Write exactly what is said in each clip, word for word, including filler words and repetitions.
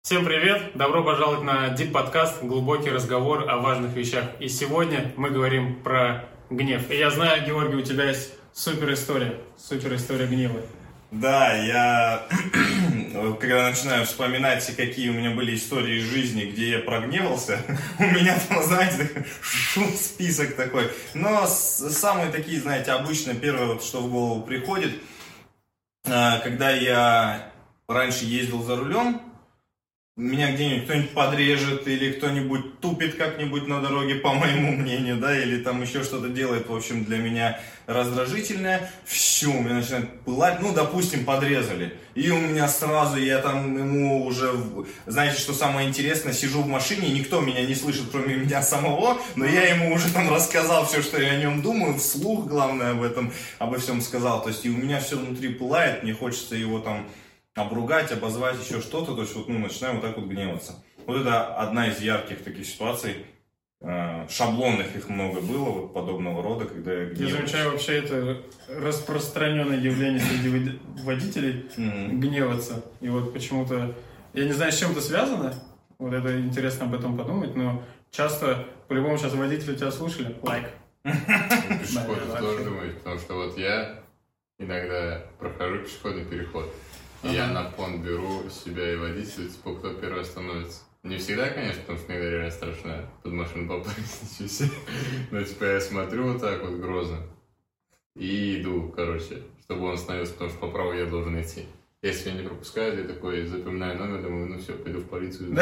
Всем привет! Добро пожаловать на Deep подкаст, глубокий разговор о важных вещах. И сегодня мы говорим про гнев. И я знаю, Георгий, у тебя есть супер история, супер история гнева. Да, я когда начинаю вспоминать, какие у меня были истории из жизни, где я прогневался, у меня там, знаете, список такой. Но самые такие, знаете, обычно первое, вот, что в голову приходит, когда я раньше ездил за рулем, меня где-нибудь кто-нибудь подрежет или кто-нибудь тупит как-нибудь на дороге, по моему мнению, да, или там еще что-то делает, в общем, для меня раздражительное. Все, у меня начинает пылать, ну, допустим, подрезали. И у меня сразу, я там ему уже, знаете, что самое интересное, сижу в машине, никто меня не слышит, кроме меня самого, но я ему уже там рассказал все, что я о нем думаю, вслух, главное, об этом, обо всем сказал. То есть, и у меня все внутри пылает, мне хочется его там обругать, обозвать, еще что-то, то есть вот, ну, начинаем вот так вот гневаться. Вот это одна из ярких таких ситуаций, шаблонных их много было, вот подобного рода, когда я гневаюсь. Я замечаю, вообще это распространенное явление среди водителей, mm-hmm. гневаться. И вот почему-то, я не знаю, с чем это связано, вот это интересно об этом подумать, но часто, по-любому сейчас водители тебя слушали, лайк. Пешеходы тоже думают, потому что вот я иногда прохожу пешеходный переход, и ага. я на фон беру себя и водителя, типа, кто первый остановится. Не всегда, конечно, потому что иногда реально страшно под машину попасть, ничего себе. Но, типа, я смотрю вот так вот грозно и иду, короче, чтобы он остановился, потому что по праву я должен идти. Если меня не пропускают, я такой запоминаю номер, думаю, ну все, пойду в полицию.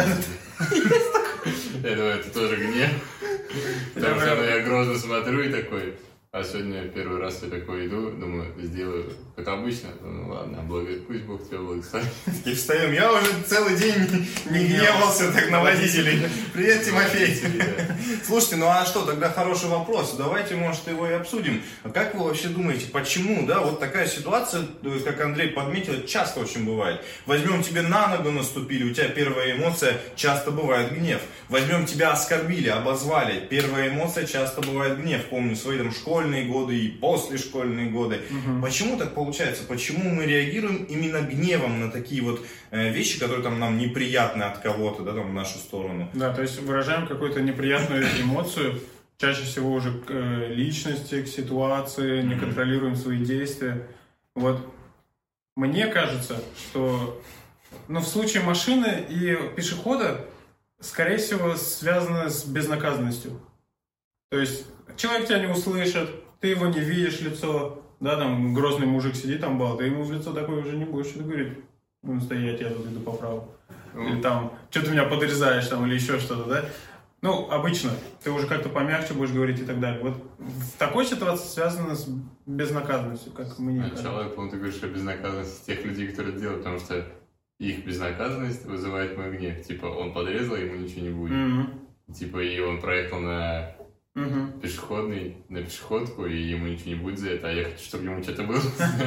Я думаю, это тоже гнев. Потому что я грозно смотрю и такой... А сегодня первый раз я такой иду, думаю, сделаю как обычно. Ну ладно, благо, пусть Бог тебя благословит. И встаем. Я уже целый день не гневался так на водителей. Привет, Тимофей. Слушайте, ну а что, тогда хороший вопрос. Давайте, может, его и обсудим. А как вы вообще думаете, почему, да, вот такая ситуация, как Андрей подметил, часто очень бывает. Возьмем, тебе на ногу наступили, у тебя первая эмоция, часто бывает гнев. Возьмем, тебя оскорбили, обозвали, первая эмоция часто бывает гнев. Помню свои там школьные годы и послешкольные годы. Угу. Почему так получается? Почему мы реагируем именно гневом на такие вот э, вещи, которые там нам неприятны от кого-то, да, там в нашу сторону? Да, то есть выражаем какую-то неприятную эмоцию, чаще всего уже к э, личности, к ситуации, не контролируем свои действия. Вот мне кажется, что ну, в случае машины и пешехода, скорее всего, связано с безнаказанностью. То есть человек тебя не услышит, ты его не видишь лицо, да, там грозный мужик сидит там бал, ты ему в лицо такое уже не будешь, что-то говорит, ну, стоять, я тут иду по праву. Mm. Или там, что ты меня подрезаешь, там, или еще что-то, да. Ну, обычно, ты уже как-то помягче будешь говорить и так далее. Вот в такой ситуации связано с безнаказанностью, как мне кажется. Сначала, я помню, ты говоришь о безнаказанности тех людей, которые это делают, потому что их безнаказанность вызывает мой гнев. Типа, он подрезал, ему ничего не будет. Mm-hmm. Типа, и он проехал на... Uh-huh. пешеходный, на пешеходку, и ему ничего не будет за это, а я хочу, чтобы ему что-то было.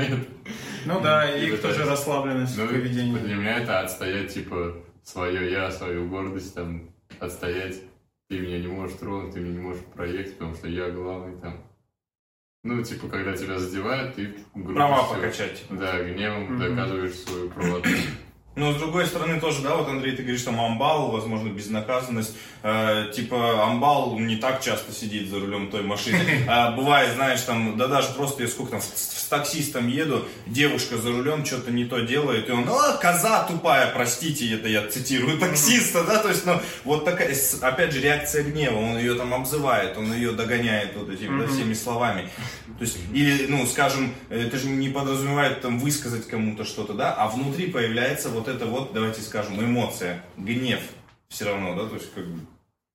Ну да, и их тоже расслабленность в поведении. Для меня это отстоять, типа, свое я, свою гордость, там, отстоять. Ты меня не можешь тронуть, ты меня не можешь проехать, потому что я главный, там. Ну, типа, когда тебя задевают, ты... Права покачать. Да, гневом доказываешь свою правоту. Но с другой стороны тоже, да, вот, Андрей, ты говоришь, там, амбал, возможно, безнаказанность. Э, типа, амбал не так часто сидит за рулем той машины. А бывает, знаешь, там, да даже просто я сколько там, с, с таксистом еду, девушка за рулем что-то не то делает, и он, а, коза тупая, простите, это я цитирую таксиста, да, то есть, ну, вот такая, опять же, реакция гнева, он ее там обзывает, он ее догоняет вот этими, да, всеми словами. То есть, или, ну, скажем, это же не подразумевает там высказать кому-то что-то, да, а внутри появляется вот это вот, давайте скажем, эмоция, гнев все равно, да, то есть как бы...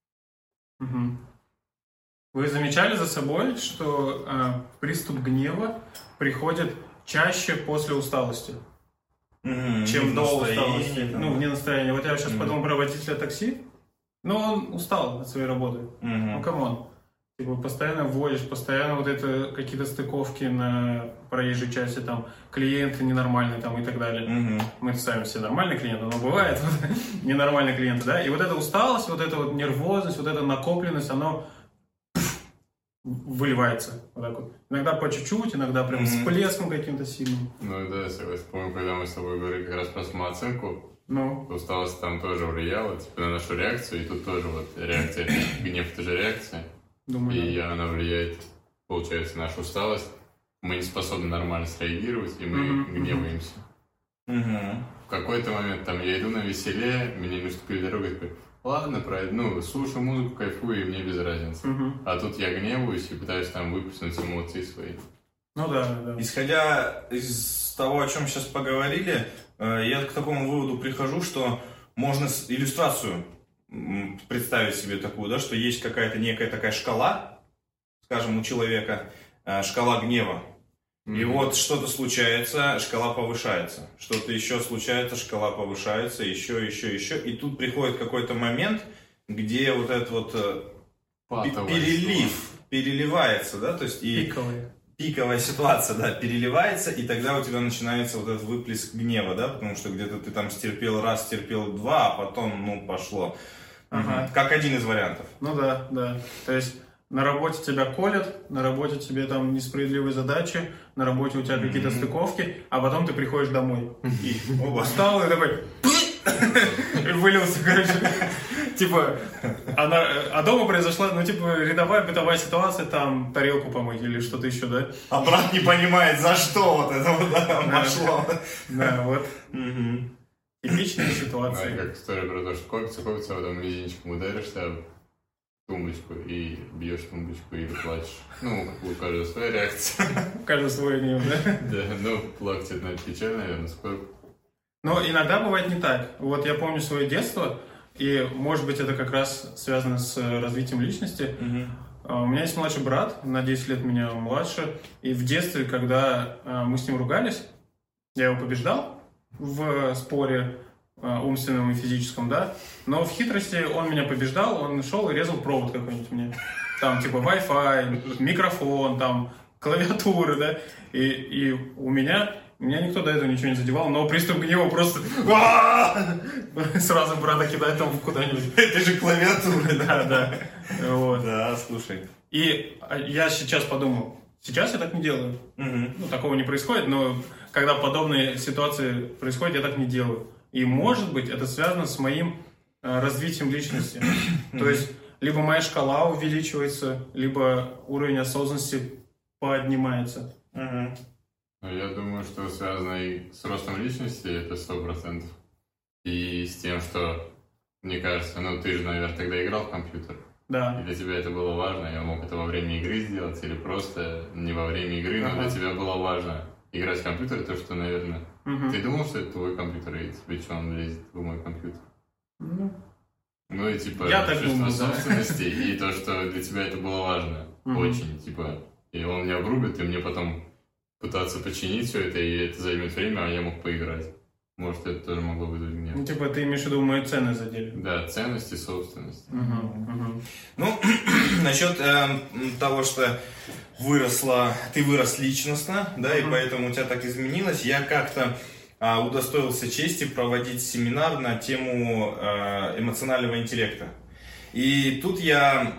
Угу. Вы замечали за собой, что э, приступ гнева приходит чаще после усталости, mm-hmm. чем до усталости, там. Ну, вне настроения. Вот я сейчас mm-hmm. подумал про водителя такси, но он устал от своей работы, mm-hmm. ну, камон. Типа, постоянно водишь, постоянно вот это какие-то стыковки на проезжей части, там, клиенты ненормальные, там, и так далее. Mm-hmm. Мы ставим все нормальные клиенты, но бывает ненормальные клиенты, да, и вот эта усталость, вот эта вот нервозность, вот эта накопленность, оно выливается вот так вот. Иногда по чуть-чуть, иногда прям mm-hmm. с всплеском каким-то сильным. Ну да, я согласен. Помню, когда мы с тобой говорили как раз про самооценку, Ну. Усталость там тоже влияла, типа, на нашу реакцию, и тут тоже вот реакция, гнев — это же реакция. Думаю, и да. она влияет, получается, наша усталость. Мы не способны нормально среагировать, и мы Мгм, гневаемся. Мгм. В какой-то момент там я иду на веселе, меня не уступили дорогу, я такой, ладно, пройду, ну, слушаю музыку, кайфую, и мне без разницы. Мгм. А тут я гневаюсь и пытаюсь там выплеснуть эмоции свои. Ну да, да. Исходя из того, о чем сейчас поговорили, э, я к такому выводу прихожу, что можно с- иллюстрацию м, представить себе такую, да, что есть какая-то некая такая шкала, скажем, у человека, э, шкала гнева. И Мгм. вот что-то случается, шкала повышается. Что-то еще случается, шкала повышается, еще, еще, еще. И тут приходит какой-то момент, где вот этот вот э, пе- Патовая перелив переливается, да, то есть и Пиковые. пиковая ситуация, да, переливается, и тогда у тебя начинается вот этот выплеск гнева, да, потому что где-то ты там стерпел раз, стерпел два, а потом, ну, пошло. Ага. Мгм. Как один из вариантов. Ну да, да. То есть на работе тебя колят, на работе тебе там несправедливые задачи, на работе у тебя какие-то Мгм. стыковки, а потом ты приходишь домой. И оба. Встал и такой... и вылился, короче. Типа, она, а дома произошла, ну, типа, рядовая бытовая ситуация, там, тарелку помыть или что-то еще, да? А брат не понимает, за что вот это вот да, там Да. пошло. Да, вот. Мгм. Типичные Да, ситуации. как история про то, что копится, копится, а потом мизинчиком ударишься об тумбочку и бьешь тумбочку или плачешь. Ну, у каждого своя реакция. Каждый свой гнев, да? Да, ну, плакать это печаль, наверное, сколько. Но иногда бывает не так. Вот я помню свое детство, и, может быть, это как раз связано с развитием личности. Мгм. А, У меня есть младший брат, на десять лет меня младше, и в детстве, когда а, мы с ним ругались, я его побеждал в споре а, умственном и физическом, да, но в хитрости он меня побеждал, он шел и резал провод какой-нибудь мне. Там типа Wi-Fi, микрофон, там клавиатуры, да, и, и у меня... Меня никто до этого ничего не задевал, но приступ гнева просто сразу брата кидает там куда-нибудь. Это же клавиатура, да? Да, да. Вот. Да, слушай. И я сейчас подумал, сейчас я так не делаю. Мгм. Ну, такого не происходит, но когда подобные ситуации происходят, я так не делаю. И, может быть, это связано с моим э, развитием личности. То есть, либо моя шкала увеличивается, либо уровень осознанности поднимается. Мгм. Ну, я думаю, что связано и с ростом личности, это сто процентов. И с тем, что, мне кажется, ну, ты же, наверное, тогда играл в компьютер. И Да. для тебя это было важно. Я мог это во время игры сделать или просто не во время игры, но Ага. для тебя было важно играть в компьютер, то, что, наверное... Мгм. Ты думал, что это твой компьютер, и тебе что, он лезет в мой компьютер? Ну, Ну и типа Я так чувство думал, да. собственности и то, что для тебя это было важно. Мгм. Очень, типа, и он меня обрубит, и мне потом пытаться починить все это, и это займет время, а я мог поиграть. Может, это тоже могло вызвать ну, гнев. типа, ты имеешь в виду мою ценность задели. Да, ценность и собственность. Мгм, мгм. Ну, насчет э, того, что выросла, ты вырос личностно, да, и Мгм. поэтому у тебя так изменилось, я как-то а, удостоился чести проводить семинар на тему э, эмоционального интеллекта. И тут я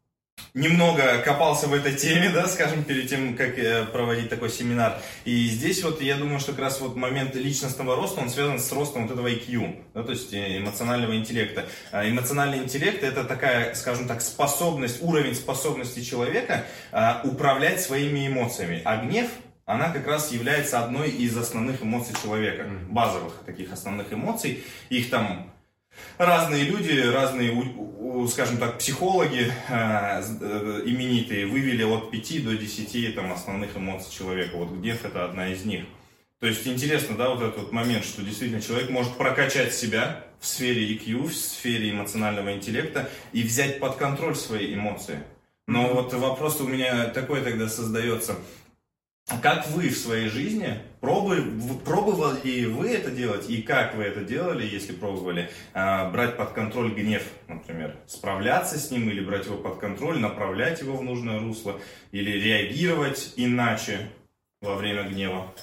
немного копался в этой теме, да, скажем, перед тем, как э, проводить такой семинар. И здесь вот я думаю, что как раз вот момент личностного роста, он связан с ростом вот этого ай кью, да, то есть э, эмоционального интеллекта. А эмоциональный интеллект — это такая, скажем так, способность, уровень способности человека а, управлять своими эмоциями. А гнев, она как раз является одной из основных эмоций человека, Мгм. базовых таких основных эмоций. Их там разные люди, разные, у- у, скажем так, психологи э, з- э, именитые вывели от пяти до десяти там, основных эмоций человека. Вот гнев — это одна из них. То есть интересно, да, вот этот вот момент, что действительно человек может прокачать себя в сфере ай кью, в сфере эмоционального интеллекта и взять под контроль свои эмоции. Но Мгм. вот вопрос у меня такой тогда создается. А как вы в своей жизни, пробовали, пробовали вы это делать, и как вы это делали, если пробовали, а, брать под контроль гнев, например, справляться с ним или брать его под контроль, направлять его в нужное русло, или реагировать иначе во время гнева?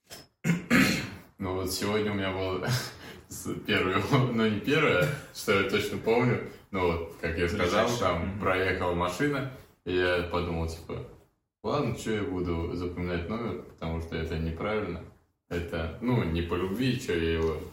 Ну вот сегодня у меня было с- первое, ну не первое, что я точно помню, но вот, как я сказал, Ближайшее. там Мгм. проехала машина, и я подумал, типа, ладно, что я буду запоминать номер, потому что это неправильно. Это, ну, не по любви, что я его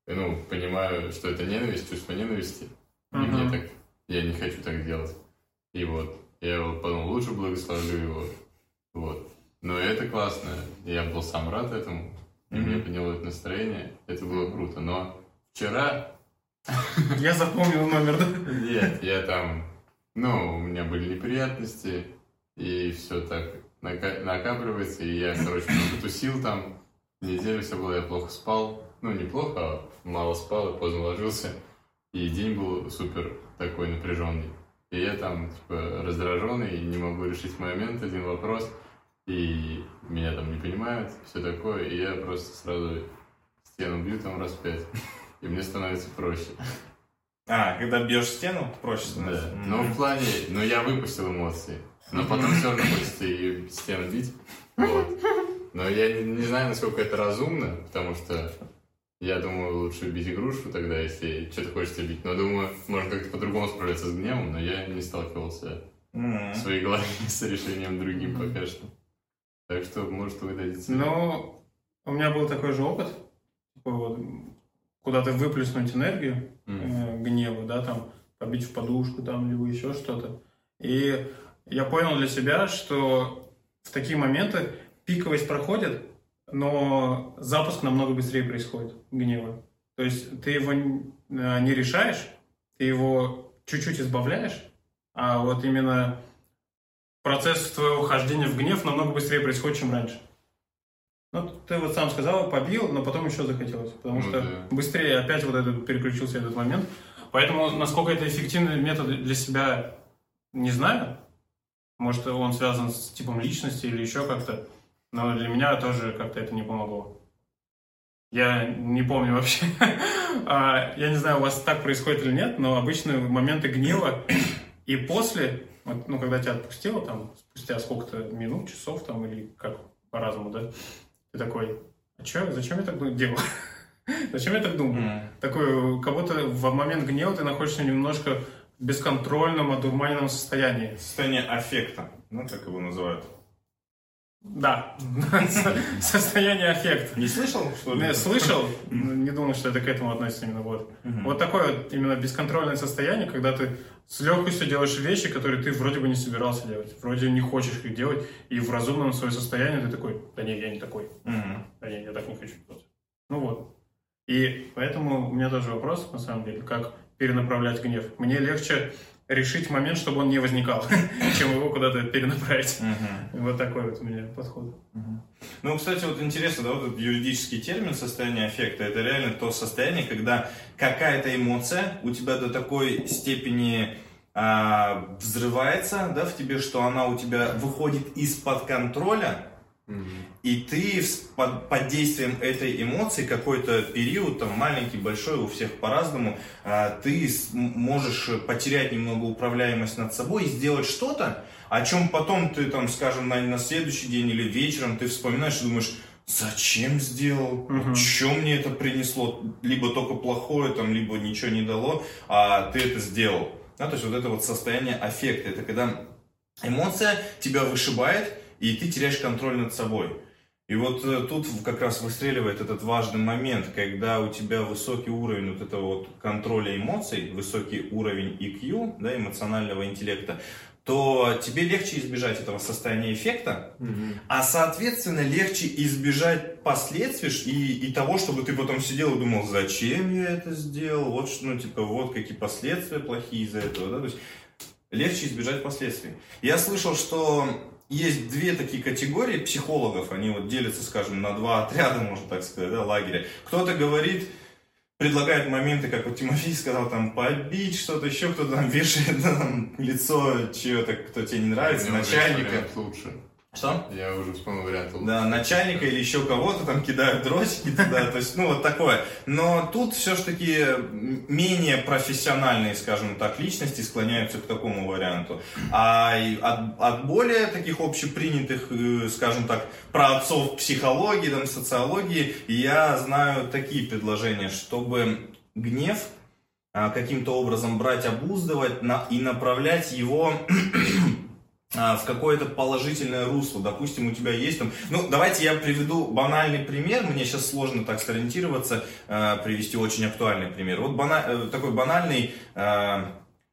ну, понимаю, что это ненависть, чувство ненависти. И Uh-huh. мне так, я не хочу так делать. И вот, я его подумал, лучше благословлю его. Вот. Но это классно. Я был сам рад этому. И mm-hmm. мне подняло это настроение. Это было круто. Но вчера... Я запомнил номер, да? Нет, я там... Ну, у меня были неприятности. И все так накапливается. И я, короче, много тусил там. Неделю все было, я плохо спал. Ну, неплохо, а мало спал и поздно ложился. И день был супер такой напряженный. И я там, типа, раздраженный, не могу решить момент, один вопрос. И меня там не понимают, все такое. И я просто сразу стену бью там раз пять. И мне становится проще. А, когда бьешь стену, проще становится? Да. Ну, в плане... Ну, я выпустил эмоции. Но потом все равно хочется и стену бить. Вот. Но я не, не знаю, насколько это разумно, потому что я думаю, лучше бить игрушку тогда, если что-то хочется бить. Но думаю, можно как-то по-другому справляться с гневом, но я не сталкивался mm-hmm. в своей голове с решением другим mm-hmm. пока что. Так что, может, вы дадите... Ну, у меня был такой же опыт, типа вот, куда-то выплеснуть энергию mm-hmm. э, гнева, да, там, побить в подушку, там, либо еще что-то. И я понял для себя, что в такие моменты пиковость проходит, но запуск намного быстрее происходит гнева. То есть ты его не решаешь, ты его чуть-чуть избавляешь, а вот именно процесс твоего хождения в гнев намного быстрее происходит, чем раньше. Ну, ты вот сам сказал, побил, но потом еще захотелось, потому ну, что да. быстрее опять вот этот переключился этот момент. Поэтому, насколько это эффективный метод для себя, не знаю. Может, он связан с типом личности или еще как-то. Но для меня тоже как-то это не помогло. Я не помню вообще. Я не знаю, у вас так происходит или нет, но обычно моменты гнева и после, вот, ну, когда тебя отпустило, там, спустя сколько-то минут, часов, там, или как по-разному, да, ты такой, а что, зачем я так делал? Зачем я так думал? Mm. Такой, как будто в момент гнева ты находишься немножко в бесконтрольном, одурманенном состоянии. Состояние аффекта, ну, как его называют. Да, состояние аффекта. Не слышал, что ли? Не, слышал, не думал, что это к этому относится именно вот. Uh-huh. Вот такое вот именно бесконтрольное состояние, когда ты с легкостью делаешь вещи, которые ты вроде бы не собирался делать, вроде не хочешь их делать, и в разумном своем состоянии ты такой, да нет, я не такой, uh-huh. да нет, я так не хочу делать. Ну вот. И поэтому у меня тоже вопрос, на самом деле, как перенаправлять гнев. Мне легче решить момент, чтобы он не возникал, чем его куда-то перенаправить. Uh-huh. Вот такой вот у меня подход. Uh-huh. Ну, кстати, вот интересно, да, вот этот юридический термин состояние аффекта, это реально то состояние, когда какая-то эмоция у тебя до такой степени а, взрывается, да, в тебе, что она у тебя выходит из-под контроля, mm-hmm. и ты под, под действием этой эмоции какой-то период, там, маленький, большой, у всех по-разному, а, ты можешь потерять немного управляемость над собой и сделать что-то, о чем потом ты, там, скажем, на, на следующий день или вечером ты вспоминаешь и думаешь, зачем сделал, uh-huh. что мне это принесло, либо только плохое, там, либо ничего не дало, а ты это сделал. Да, то есть вот это вот состояние аффекта, это когда эмоция тебя вышибает, и ты теряешь контроль над собой. И вот тут как раз выстреливает этот важный момент, когда у тебя высокий уровень вот этого вот контроля эмоций, высокий уровень и кью, да, эмоционального интеллекта, то тебе легче избежать этого состояния эффекта, mm-hmm. а соответственно легче избежать последствий и, и того, чтобы ты потом сидел и думал, зачем я это сделал, вот, ну, типа, вот какие последствия плохие из-за этого, да, то есть легче избежать последствий. Я слышал, что есть две такие категории психологов, они вот делятся, скажем, на два отряда, можно так сказать, да, лагеря. Кто-то говорит, предлагает моменты, как вот Тимофей сказал, там, побить что-то еще, кто-то там вешает да, там, лицо чего-то, кто тебе не нравится, начальника. Лучше. Что? Я уже вспомнил вариант лучше. Да, начальника или еще кого-то там кидают дротики туда, то есть, ну, вот такое. Но тут все-таки менее профессиональные, скажем так, личности склоняются к такому варианту. А от, от более таких общепринятых, скажем так, праотцов психологии, там, социологии, я знаю такие предложения, чтобы гнев каким-то образом брать, обуздывать и направлять его в какое-то положительное русло. Допустим, у тебя есть там... Ну, давайте я приведу банальный пример. Мне сейчас сложно так сориентироваться, э, привести очень актуальный пример. Вот бана... такой банальный э,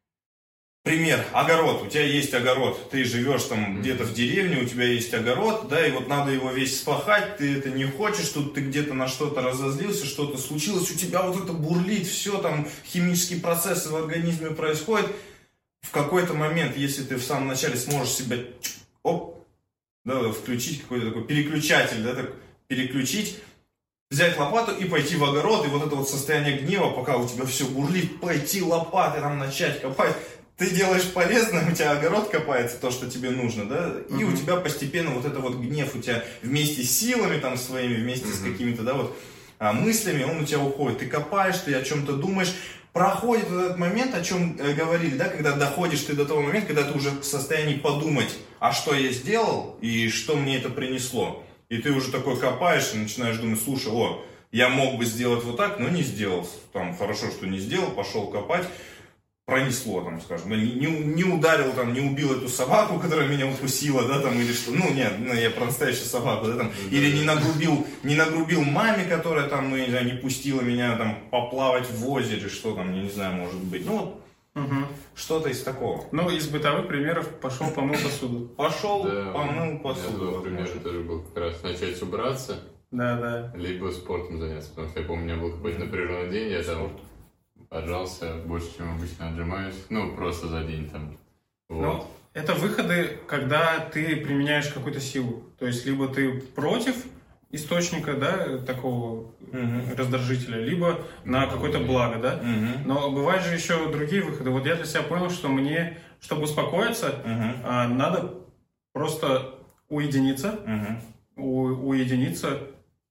пример. Огород. У тебя есть огород. Ты живешь там mm-hmm. где-то в деревне, у тебя есть огород, да, и вот надо его весь спахать, ты это не хочешь, тут ты где-то на что-то разозлился, что-то случилось, у тебя вот это бурлит, все там, химические процессы в организме происходят. В какой-то момент, если ты в самом начале сможешь себя оп, да, включить какой-то такой переключатель, да, так, переключить, взять лопату и пойти в огород, и вот это вот состояние гнева, пока у тебя все бурлит, пойти лопатой там начать копать, ты делаешь полезно, у тебя огород копается, то, что тебе нужно, да, и mm-hmm. у тебя постепенно вот это вот гнев у тебя вместе с силами там своими, вместе mm-hmm. с какими-то, да, вот а, мыслями, он у тебя уходит, ты копаешь, ты о чем-то думаешь. Проходит этот момент, о чем э, говорили, да, когда доходишь ты до того момента, когда ты уже в состоянии подумать, а что я сделал и что мне это принесло. И ты уже такой копаешь и начинаешь думать, слушай, о, я мог бы сделать вот так, но не сделал. Там хорошо, что не сделал, пошел копать, пронесло, там, скажем, не, не, не ударил, там, не убил эту собаку, которая меня укусила, да, там, или что, ну, нет, ну, я про настоящую собаку, да, там, или не нагрубил, не нагрубил маме, которая, там, ну, я не знаю, не пустила меня, там, поплавать в озере, что там, я не знаю, может быть, ну, вот, угу. что-то из такого. Ну, из бытовых примеров пошел, помыл посуду. Пошел, да, помыл посуду. У меня пример тоже был как раз начать убраться, да, да. либо спортом заняться, потому что я помню, у меня был какой-то напряженный день, я там... отжался больше, чем обычно отжимаюсь. Ну, просто за день там. Вот. Ну, это выходы, когда ты применяешь какую-то силу. То есть, либо ты против источника, да, такого uh-huh. раздражителя, либо на uh-huh. какое-то благо, да. Uh-huh. Но бывают же еще другие выходы. Вот я для себя понял, что мне, чтобы успокоиться, uh-huh. надо просто уединиться, uh-huh. у- уединиться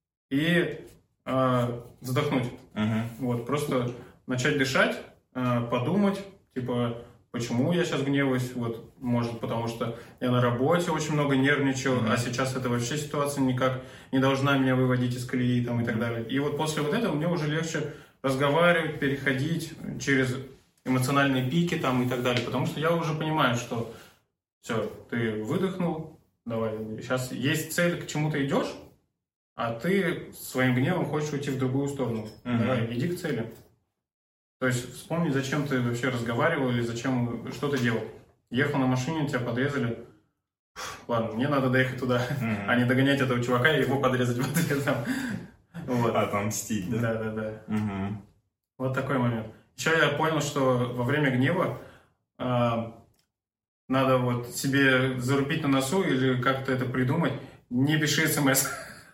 и а, вздохнуть. Uh-huh. Вот, просто... начать дышать, подумать, типа, почему я сейчас гневаюсь, вот, может, потому что я на работе очень много нервничал, mm-hmm. а сейчас эта вообще ситуация никак не должна меня выводить из колеи, там, и так далее. И вот после вот этого мне уже легче разговаривать, переходить через эмоциональные пики, там, и так далее, потому что я уже понимаю, что все, ты выдохнул, давай, сейчас есть цель, к чему ты идешь, а ты своим гневом хочешь уйти в другую сторону. Mm-hmm. Давай, иди к цели. То есть вспомни, зачем ты вообще разговаривал или зачем, что ты делал. Ехал на машине, тебя подрезали. Ладно, мне надо доехать туда, mm-hmm. а не догонять этого чувака и его подрезать в ответ. Вот. Отомстить, да? Да, да, да. Mm-hmm. Вот такой момент. Еще я понял, что во время гнева э, надо вот себе зарубить на носу или как-то это придумать. Не пиши смс.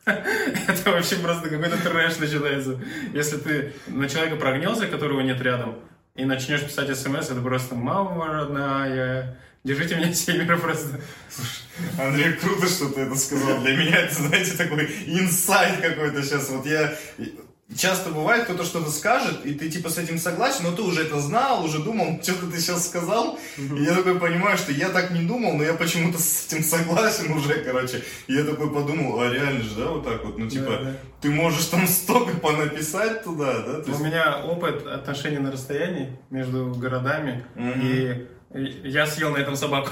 Это вообще просто какой-то трэш начинается. Если ты на человека прогнелся, которого нет рядом, и начнешь писать смс, это просто «Мама родная, держите меня семеро» просто. Слушай, Андрей, круто, что ты это сказал. Для меня это, знаете, такой инсайт какой-то сейчас. Вот я... Часто бывает, кто-то что-то скажет, и ты типа с этим согласен, но ты уже это знал, уже думал, что-то ты сейчас сказал, mm-hmm. и я такой понимаю, что я так не думал, но я почему-то с этим согласен уже, короче. И я такой подумал, а реально же, да, вот так вот, ну типа, да, да. ты можешь там столько понаписать туда, да? То есть... У меня опыт отношений на расстоянии между городами, mm-hmm. и я съел на этом собаку,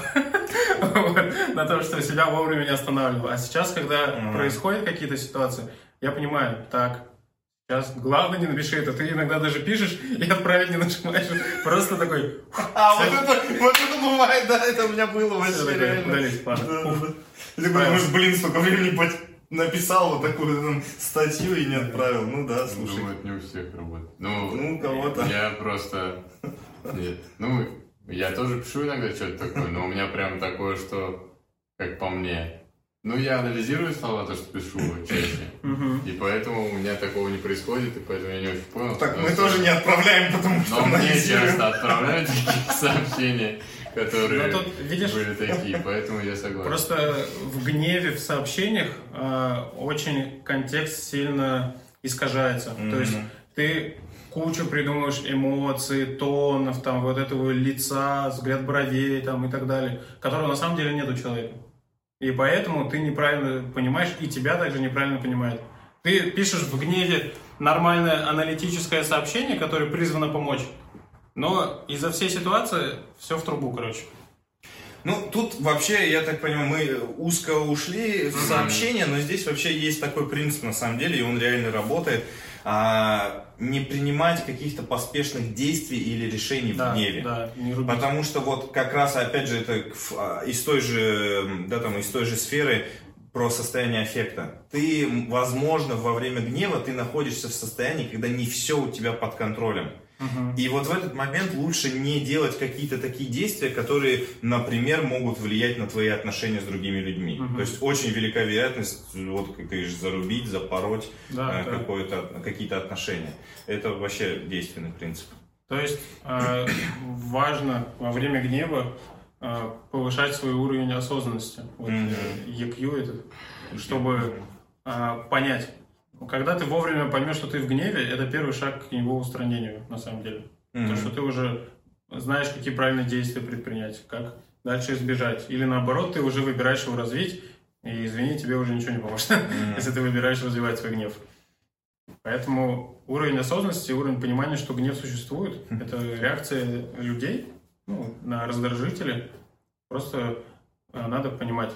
на том, что себя вовремя не останавливал. А сейчас, когда происходят какие-то ситуации, я понимаю, так... Сейчас главное не напиши это. Ты иногда даже пишешь и отправить не нажимаешь. Просто такой... А, вот это, вот это бывает, да, это у меня было вообще реально. Удалить, ладно. Да, да. Ты такой, может, блин, столько времени написал вот такую там, статью и не отправил. Ну да, слушай. Думаю, это не у всех работает. Ну, ну кого-то. Я просто... Нет, ну, я тоже пишу иногда что-то такое, но у меня прям такое, что, как по мне... Ну, я анализирую слова, то, что пишу чаще, uh-huh. и поэтому у меня такого не происходит, и поэтому я не очень понял. Так мы тоже не отправляем, потому что но мне часто отправляют такие сообщения, которые тут, видишь, были такие, поэтому я согласен. Просто в гневе, в сообщениях э, очень контекст сильно искажается. Mm-hmm. То есть ты кучу придумываешь эмоций, тонов, там, вот этого лица, взгляд бровей там, и так далее, которого на самом деле нет у человека. И поэтому ты неправильно понимаешь, и тебя также неправильно понимают. Ты пишешь в гневе нормальное аналитическое сообщение, которое призвано помочь, но из-за всей ситуации все в трубу, короче. Ну, тут вообще, я так понимаю, мы узко ушли в сообщение, но здесь вообще есть такой принцип, на самом деле, и он реально работает. А, не принимать каких-то поспешных действий или решений да, в гневе. Да, не рубить. Потому что вот как раз, опять же, это из той же, да, там, из той же сферы про состояние аффекта. Ты, возможно, во время гнева ты находишься в состоянии, когда не все у тебя под контролем. Угу. И вот в этот момент лучше не делать какие-то такие действия, которые, например, могут влиять на твои отношения с другими людьми. Угу. То есть очень велика вероятность, вот как ты говоришь, зарубить, запороть да, э, да. какое-то, какие-то отношения. Это вообще действенный принцип. То есть э, важно во время гнева э, повышать свой уровень осознанности. Вот, mm-hmm. и кью этот, чтобы э, понять. Когда ты вовремя поймешь, что ты в гневе, это первый шаг к его устранению, на самом деле. Mm-hmm. То, что ты уже знаешь, какие правильные действия предпринять, как дальше избежать. Или наоборот, ты уже выбираешь его развить, и, извини, тебе уже ничего не поможет, mm-hmm. если ты выбираешь развивать свой гнев. Поэтому уровень осознанности, уровень понимания, что гнев существует, mm-hmm. это реакция людей ну, на раздражители. Просто надо понимать.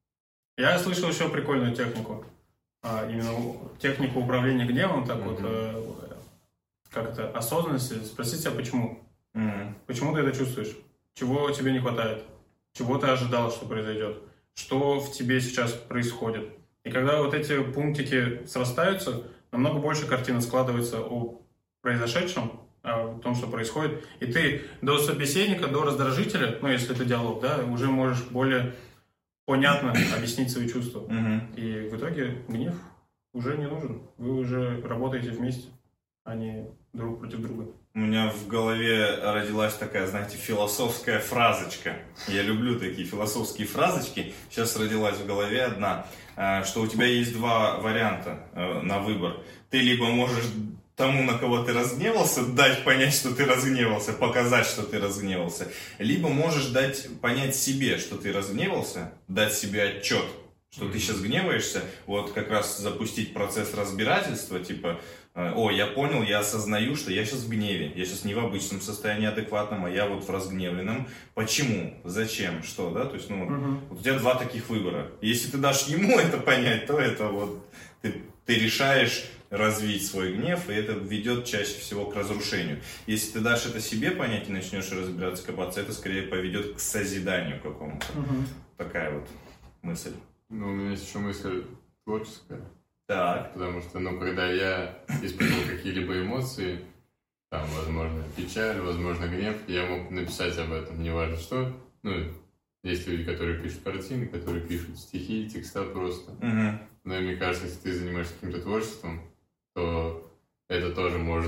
Я слышал еще прикольную технику. А, именно технику управления гневом, так mm-hmm. вот, э, как это, осознанности, спросить себя, почему. Mm-hmm. Почему ты это чувствуешь? Чего тебе не хватает? Чего ты ожидал, что произойдет? Что в тебе сейчас происходит? И когда вот эти пунктики срастаются, намного больше картина складывается о произошедшем, о том, что происходит. И ты до собеседника, до раздражителя, ну, если это диалог, да, уже можешь более... понятно объяснить свои чувства. Mm-hmm. И в итоге гнев уже не нужен. Вы уже работаете вместе, а не друг против друга. У меня в голове родилась такая, знаете, философская фразочка. Я люблю такие философские фразочки. Сейчас родилась в голове одна, что у тебя есть два варианта на выбор. Ты либо можешь тому, на кого ты разгневался, дать понять, что ты разгневался, показать, что ты разгневался. Либо можешь дать понять себе, что ты разгневался, дать себе отчет, что mm-hmm. ты сейчас гневаешься, вот как раз запустить процесс разбирательства, типа, о, я понял, я осознаю, что я сейчас в гневе, я сейчас не в обычном состоянии адекватном, а я вот в разгневленном. Почему? Зачем? Что, да? То есть, ну, mm-hmm. вот у тебя два таких выбора. Если ты дашь ему это понять, то это вот, ты, ты решаешь развить свой гнев, и это ведет чаще всего к разрушению. Если ты дашь это себе понять и начнешь разбираться, копаться, это скорее поведет к созиданию какому-то. Угу. Такая вот мысль. Ну, у меня есть еще мысль творческая. Так. Потому что, ну, когда я испытывал какие-либо эмоции, там, возможно, печаль, возможно, гнев, я мог написать об этом, неважно что. Ну, есть люди, которые пишут картины, которые пишут стихи, текста просто. Угу. Но мне кажется, если ты занимаешься каким-то творчеством, то это тоже может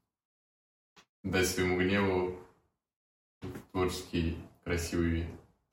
дать своему гневу творческий красивый вид.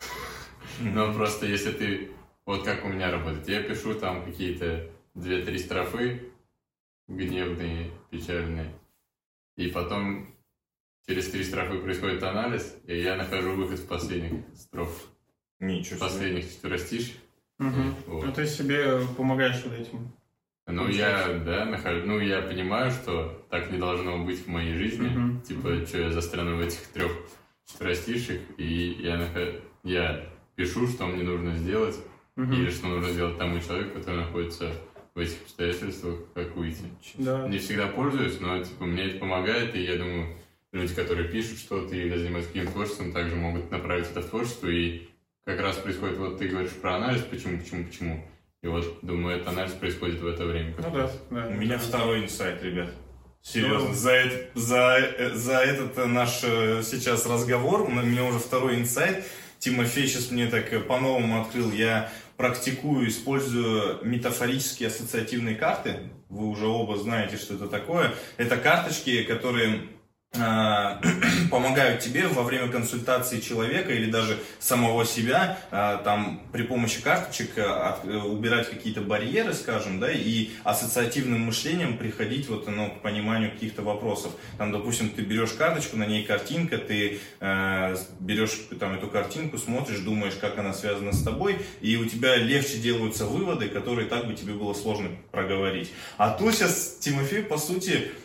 Но просто если ты, вот как у меня работает, я пишу там какие-то две-три строфы гневные, печальные, и потом через три строфы происходит анализ, и я нахожу выход в последних строфах. Ничего себе. Последних четверостишьях. Угу. Вот. Ну, ты себе помогаешь вот этим. Ну, я, да, нахожу, ну, я понимаю, что так не должно быть в моей жизни. Uh-huh. Типа, uh-huh. что я застряну в этих трех четверостишьях, и я, нахожу, я пишу, что мне нужно сделать, uh-huh. или что нужно сделать тому человеку, который находится в этих обстоятельствах, как выйти. Да. Не всегда пользуюсь, но, типа, мне это помогает, и я думаю, люди, которые пишут что-то или занимаются каким-то творчеством, также могут направить это в творчество, и как раз происходит, вот ты говоришь про анализ, почему, почему, почему. И вот, думаю, этот анализ происходит в это время. Ну да, да. У меня второй инсайт, ребят. Серьезно, за, это, за, за этот наш сейчас разговор у меня уже второй инсайт. Тимофей сейчас мне так по-новому открыл. Я практикую, использую метафорические ассоциативные карты. Вы уже оба знаете, что это такое. Это карточки, которые помогают тебе во время консультации человека или даже самого себя там при помощи карточек от, убирать какие-то барьеры, скажем, да, и ассоциативным мышлением приходить вот, ну, к пониманию каких-то вопросов. Там, допустим, ты берешь карточку, на ней картинка, ты э, берешь там эту картинку, смотришь, думаешь, как она связана с тобой, и у тебя легче делаются выводы, которые так бы тебе было сложно проговорить. А тут сейчас Тимофей, по сути,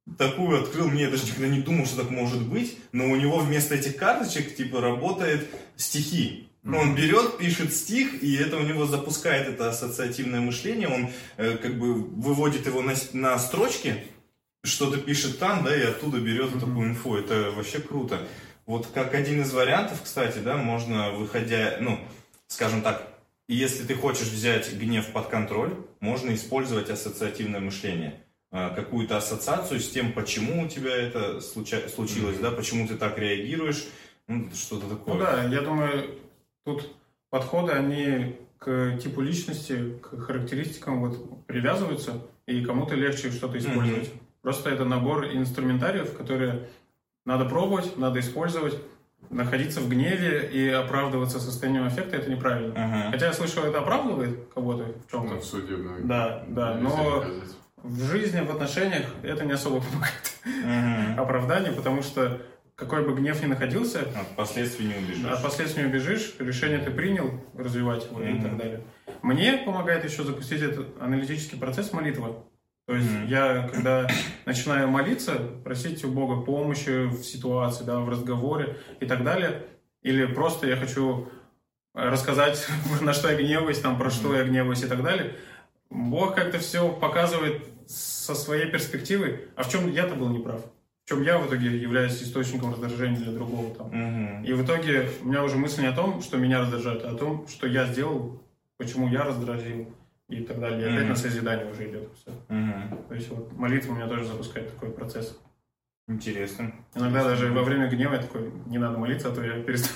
такую открыл, мне даже никогда не думал, что так может быть, но у него вместо этих карточек, типа, работает стихи. Ну, он берет, пишет стих, и это у него запускает это ассоциативное мышление, он э, как бы выводит его на, на строчки, что-то пишет там, да, и оттуда берет mm-hmm. такую инфу. Это вообще круто. Вот как один из вариантов, кстати, да, можно, выходя, ну, скажем так, если ты хочешь взять гнев под контроль, можно использовать ассоциативное мышление. Какую-то ассоциацию с тем, почему у тебя это случа- случилось, mm-hmm. да, почему ты так реагируешь, ну, что-то такое. Ну да, я думаю, тут подходы, они к типу личности, к характеристикам вот привязываются, и кому-то легче что-то использовать. Mm-hmm. Просто это набор инструментариев, которые надо пробовать, надо использовать. Находиться в гневе и оправдываться состоянием аффекта — это неправильно. Uh-huh. Хотя я слышал, это оправдывает кого-то в чем-то. Ну, в судебном. Да, да, но в жизни, в отношениях это не особо помогает. Uh-huh. Оправдание, потому что какой бы гнев ни находился, от последствий не убежишь. От последствий не убежишь, решение ты принял, развивать его uh-huh. и так далее. Мне помогает еще запустить этот аналитический процесс молитвы. То есть mm-hmm. я, когда начинаю молиться, просить у Бога помощи в ситуации, да, в разговоре и так далее, или просто я хочу рассказать, на что я гневаюсь, там, про mm-hmm. что я гневаюсь и так далее, Бог как-то все показывает со своей перспективы, а в чем я-то был неправ, в чем я в итоге являюсь источником раздражения для другого. Там. Mm-hmm. И в итоге у меня уже мысль не о том, что меня раздражает, а о том, что я сделал, почему я раздражил. И так далее. И опять mm-hmm. на созидание уже идет все. Mm-hmm. То есть вот молитва у меня тоже запускает такой процесс. Интересно. Иногда даже во время гнева я такой, не надо молиться, а то я перестану.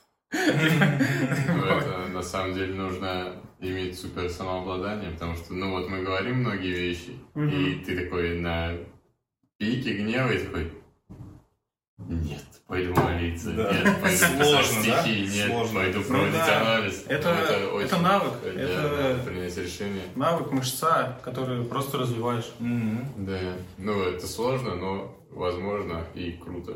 Ну, это на самом деле нужно иметь супер самообладание, потому что, ну вот мы говорим многие вещи, и ты такой на пике гнева и такой, нет, пойду молиться, да. нет, пойду писать стихи, да? нет, Сложно. пойду проводить ну, да. анализ. Это, это, это навык, это принять решение. Навык мышца, который просто развиваешь. Mm-hmm. Да, ну это сложно, но возможно и круто.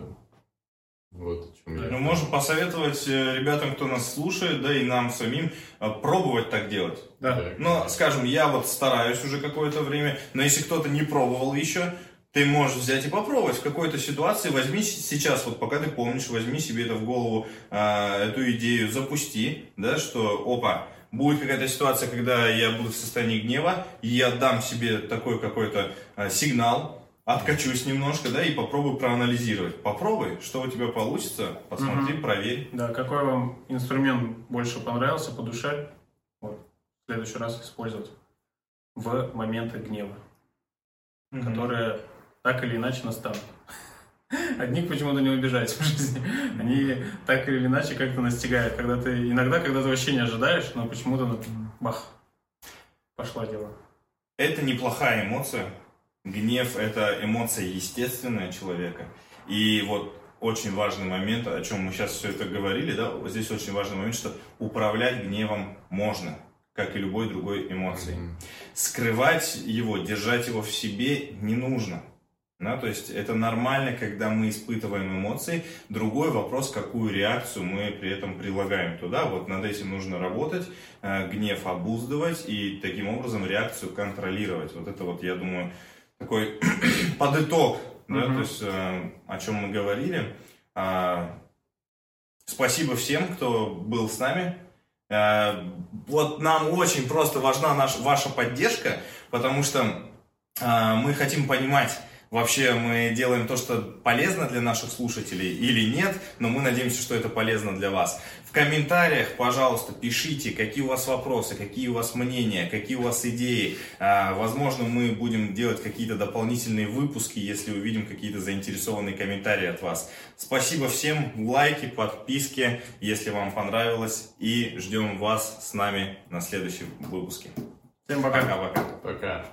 Вот о чем я. Ну, можно посоветовать ребятам, кто нас слушает, да и нам самим, пробовать так делать. Да. Но, скажем, я вот стараюсь уже какое-то время, но если кто-то не пробовал еще, ты можешь взять и попробовать в какой-то ситуации, возьми сейчас, вот пока ты помнишь, возьми себе это в голову, э, эту идею, запусти, да, что, опа, будет какая-то ситуация, когда я буду в состоянии гнева, и я дам себе такой какой-то э, сигнал, откачусь немножко, да, и попробуй проанализировать. Попробуй, что у тебя получится, посмотри, угу. проверь. Да, какой вам инструмент больше понравился, по душе, вот, в следующий раз использовать в моменты гнева, угу. которые так или иначе настанут. Одних почему-то не убежать в жизни. Они так или иначе как-то настигают. Когда ты, иногда, когда ты вообще не ожидаешь, но почему-то ну, бах, пошла дело. Это неплохая эмоция. Гнев – это эмоция естественная человека. И вот очень важный момент, о чем мы сейчас все это говорили, да, вот здесь очень важный момент, что управлять гневом можно, как и любой другой эмоцией. Mm-hmm. Скрывать его, держать его в себе не нужно. Да, то есть это нормально, когда мы испытываем эмоции. Другой вопрос, какую реакцию мы при этом прилагаем туда. Вот над этим нужно работать, э, гнев обуздывать и таким образом реакцию контролировать. Вот это вот, я думаю, такой подыток, да, mm-hmm. то есть э, о чем мы говорили. Э, спасибо всем, кто был с нами. Э, вот нам очень просто важна наша, ваша поддержка, потому что э, мы хотим понимать, вообще мы делаем то, что полезно для наших слушателей или нет, но мы надеемся, что это полезно для вас. В комментариях, пожалуйста, пишите, какие у вас вопросы, какие у вас мнения, какие у вас идеи. Возможно, мы будем делать какие-то дополнительные выпуски, если увидим какие-то заинтересованные комментарии от вас. Спасибо всем, лайки, подписки, если вам понравилось. И ждем вас с нами на следующем выпуске. Всем пока. Пока-пока. Пока.